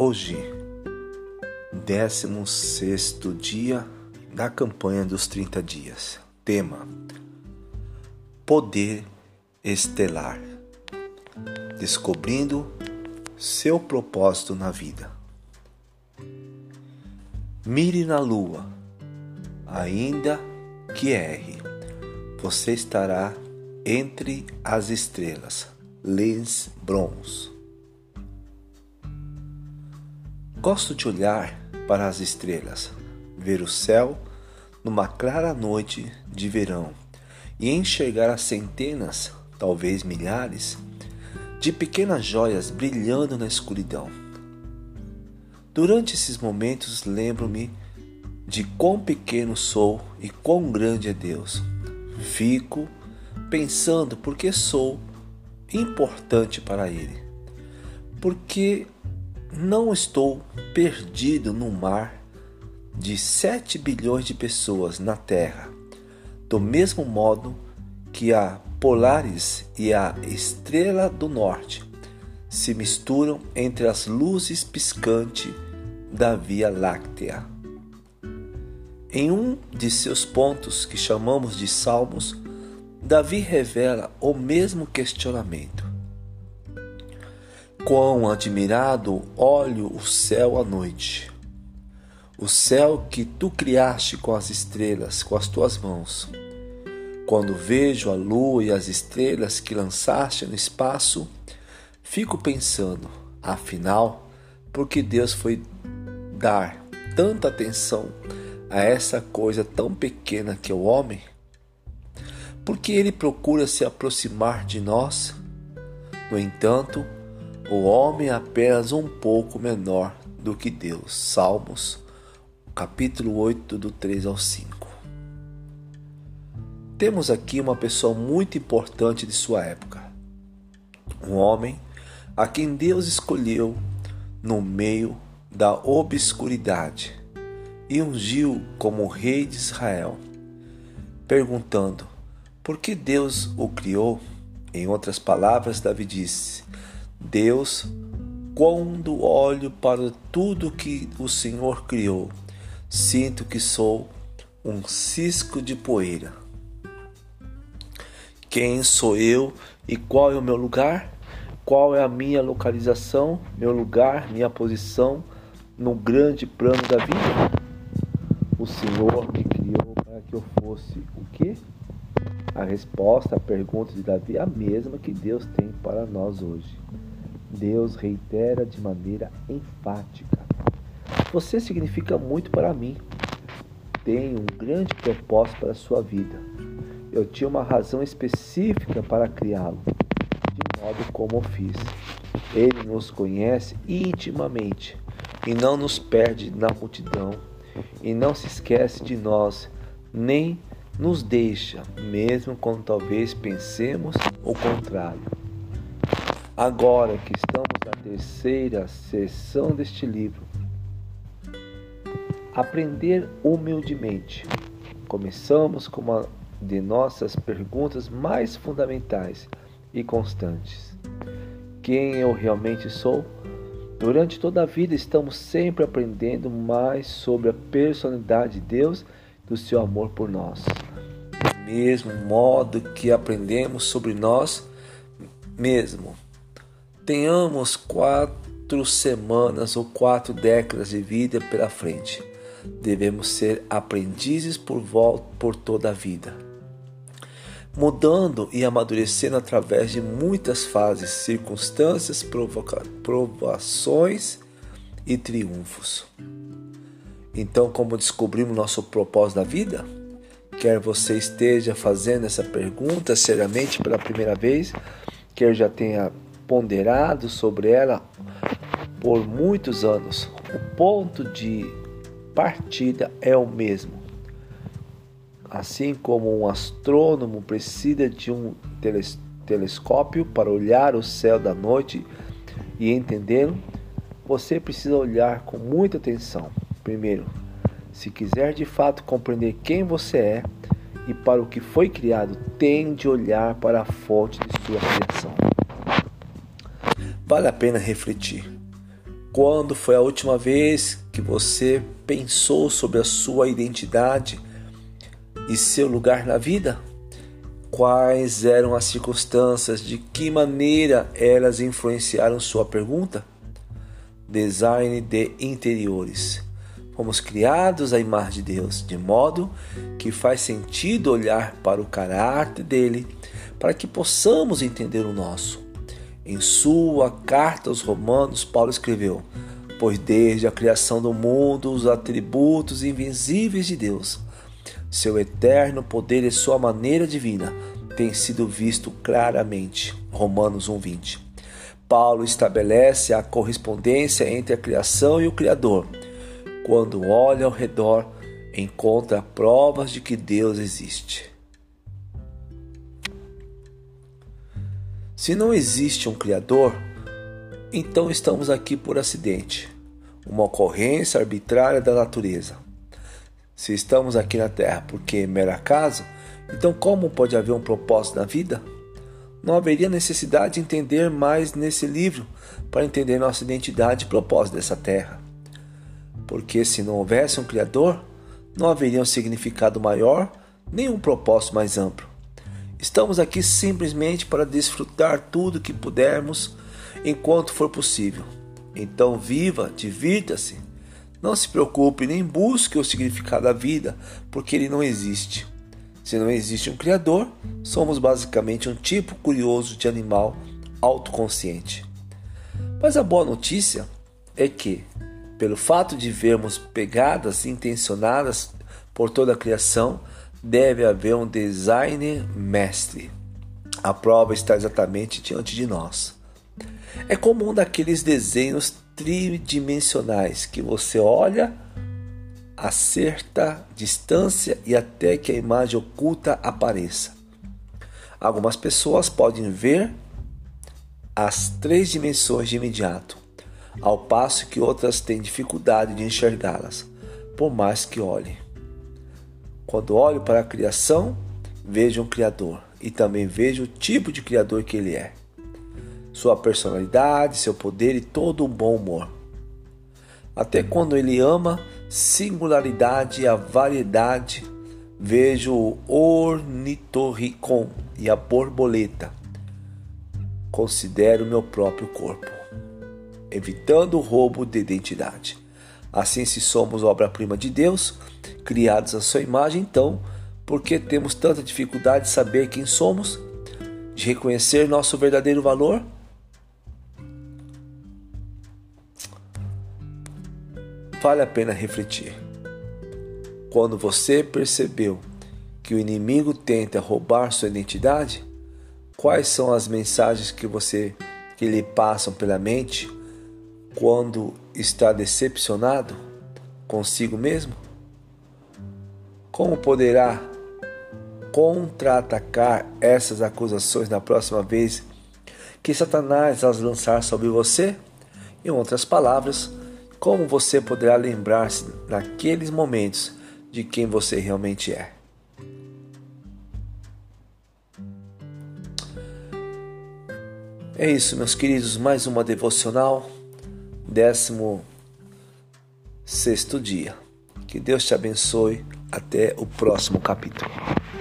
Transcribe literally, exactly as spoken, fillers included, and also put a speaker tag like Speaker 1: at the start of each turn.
Speaker 1: Hoje, décimo sexto dia da campanha dos trinta dias. Tema: Poder estelar. Descobrindo seu propósito na vida. Mire na lua, ainda que erre, você estará entre as estrelas. Lins Brons. Gosto de olhar para as estrelas, ver o céu numa clara noite de verão e enxergar as centenas, talvez milhares, de pequenas joias brilhando na escuridão. Durante esses momentos lembro-me de quão pequeno sou e quão grande é Deus. Fico pensando por que sou importante para Ele. Porque não estou perdido no mar de sete bilhões de pessoas na Terra, do mesmo modo que a Polaris e a Estrela do Norte se misturam entre as luzes piscantes da Via Láctea. Em um de seus pontos, que chamamos de Salmos, Davi revela o mesmo questionamento. Quão admirado olho o céu à noite, o céu que tu criaste com as estrelas, com as tuas mãos. Quando vejo a lua e as estrelas que lançaste no espaço, fico pensando, afinal, por que Deus foi dar tanta atenção a essa coisa tão pequena que é o homem? Porque ele procura se aproximar de nós? No entanto, o homem é apenas um pouco menor do que Deus. Salmos, capítulo oito, do três ao cinco. Temos aqui uma pessoa muito importante de sua época. Um homem a quem Deus escolheu no meio da obscuridade e ungiu como rei de Israel, perguntando por que Deus o criou. Em outras palavras, Davi disse: Deus, quando olho para tudo que o Senhor criou, sinto que sou um cisco de poeira. Quem sou eu e qual é o meu lugar? Qual é a minha localização, meu lugar, minha posição no grande plano da vida? O Senhor me criou para que eu fosse o quê? A resposta à pergunta de Davi é a mesma que Deus tem para nós hoje. Deus reitera de maneira enfática: você significa muito para mim. Tenho um grande propósito para a sua vida. Eu tinha uma razão específica para criá-lo, de modo como o fiz. Ele nos conhece intimamente e não nos perde na multidão, e não se esquece de nós, nem nos deixa, mesmo quando talvez pensemos o contrário. Agora que estamos na terceira sessão deste livro, Aprender humildemente, começamos com uma de nossas perguntas mais fundamentais e constantes: quem eu realmente sou? Durante toda a vida estamos sempre aprendendo mais sobre a personalidade de Deus e do seu amor por nós. Do mesmo modo que aprendemos sobre nós mesmos. Tenhamos quatro semanas ou quatro décadas de vida pela frente. Devemos ser aprendizes por volta por toda a vida, mudando e amadurecendo através de muitas fases, circunstâncias, provoca- provações e triunfos. Então, como descobrimos nosso propósito na vida? Quer você esteja fazendo essa pergunta seriamente pela primeira vez, quer já tenha ponderado sobre ela por muitos anos, o ponto de partida é o mesmo. Assim como um astrônomo precisa de um teles- telescópio para olhar o céu da noite e entendê-lo, você precisa olhar com muita atenção. Primeiro, se quiser de fato compreender quem você é e para o que foi criado, tem de olhar para a fonte de sua criação. Vale a pena refletir. Quando foi a última vez que você pensou sobre a sua identidade e seu lugar na vida? Quais eram as circunstâncias? De que maneira elas influenciaram sua pergunta? Design de interiores. Fomos criados à imagem de Deus, de modo que faz sentido olhar para o caráter dele, para que possamos entender o nosso. Em sua carta aos Romanos, Paulo escreveu: pois desde a criação do mundo, os atributos invisíveis de Deus, seu eterno poder e sua maneira divina, têm sido visto claramente. Romanos um, vinte. Paulo estabelece a correspondência entre a criação e o Criador. Quando olha ao redor, encontra provas de que Deus existe. Se não existe um Criador, então estamos aqui por acidente, uma ocorrência arbitrária da natureza. Se estamos aqui na Terra porque é mero acaso, então como pode haver um propósito na vida? Não haveria necessidade de entender mais nesse livro para entender nossa identidade e propósito dessa Terra. Porque se não houvesse um Criador, não haveria um significado maior, nem um propósito mais amplo. Estamos aqui simplesmente para desfrutar tudo que pudermos enquanto for possível. Então viva, divirta-se. Não se preocupe nem busque o significado da vida, porque ele não existe. Se não existe um Criador, somos basicamente um tipo curioso de animal autoconsciente. Mas a boa notícia é que, pelo fato de vermos pegadas intencionadas por toda a criação, deve haver um designer mestre. A prova está exatamente diante de nós. É como um daqueles desenhos tridimensionais que você olha a certa distância e até que a imagem oculta apareça. Algumas pessoas podem ver as três dimensões de imediato, ao passo que outras têm dificuldade de enxergá-las, por mais que olhem. Quando olho para a criação, vejo um Criador e também vejo o tipo de Criador que ele é, sua personalidade, seu poder e todo um bom humor. Até quando ele ama singularidade e a variedade, vejo o ornitorricon e a borboleta. Considero meu próprio corpo, evitando o roubo de identidade. Assim, se somos obra-prima de Deus, criados à sua imagem, então, por que temos tanta dificuldade de saber quem somos? De reconhecer nosso verdadeiro valor? Vale a pena refletir. Quando você percebeu que o inimigo tenta roubar sua identidade, quais são as mensagens que você que lhe passam pela mente quando está decepcionado consigo mesmo? Como poderá contra-atacar essas acusações na próxima vez que Satanás as lançar sobre você? Em outras palavras, como você poderá lembrar-se naqueles momentos de quem você realmente é? É isso, meus queridos, mais uma devocional, décimo sexto dia. Que Deus te abençoe. Até o próximo capítulo.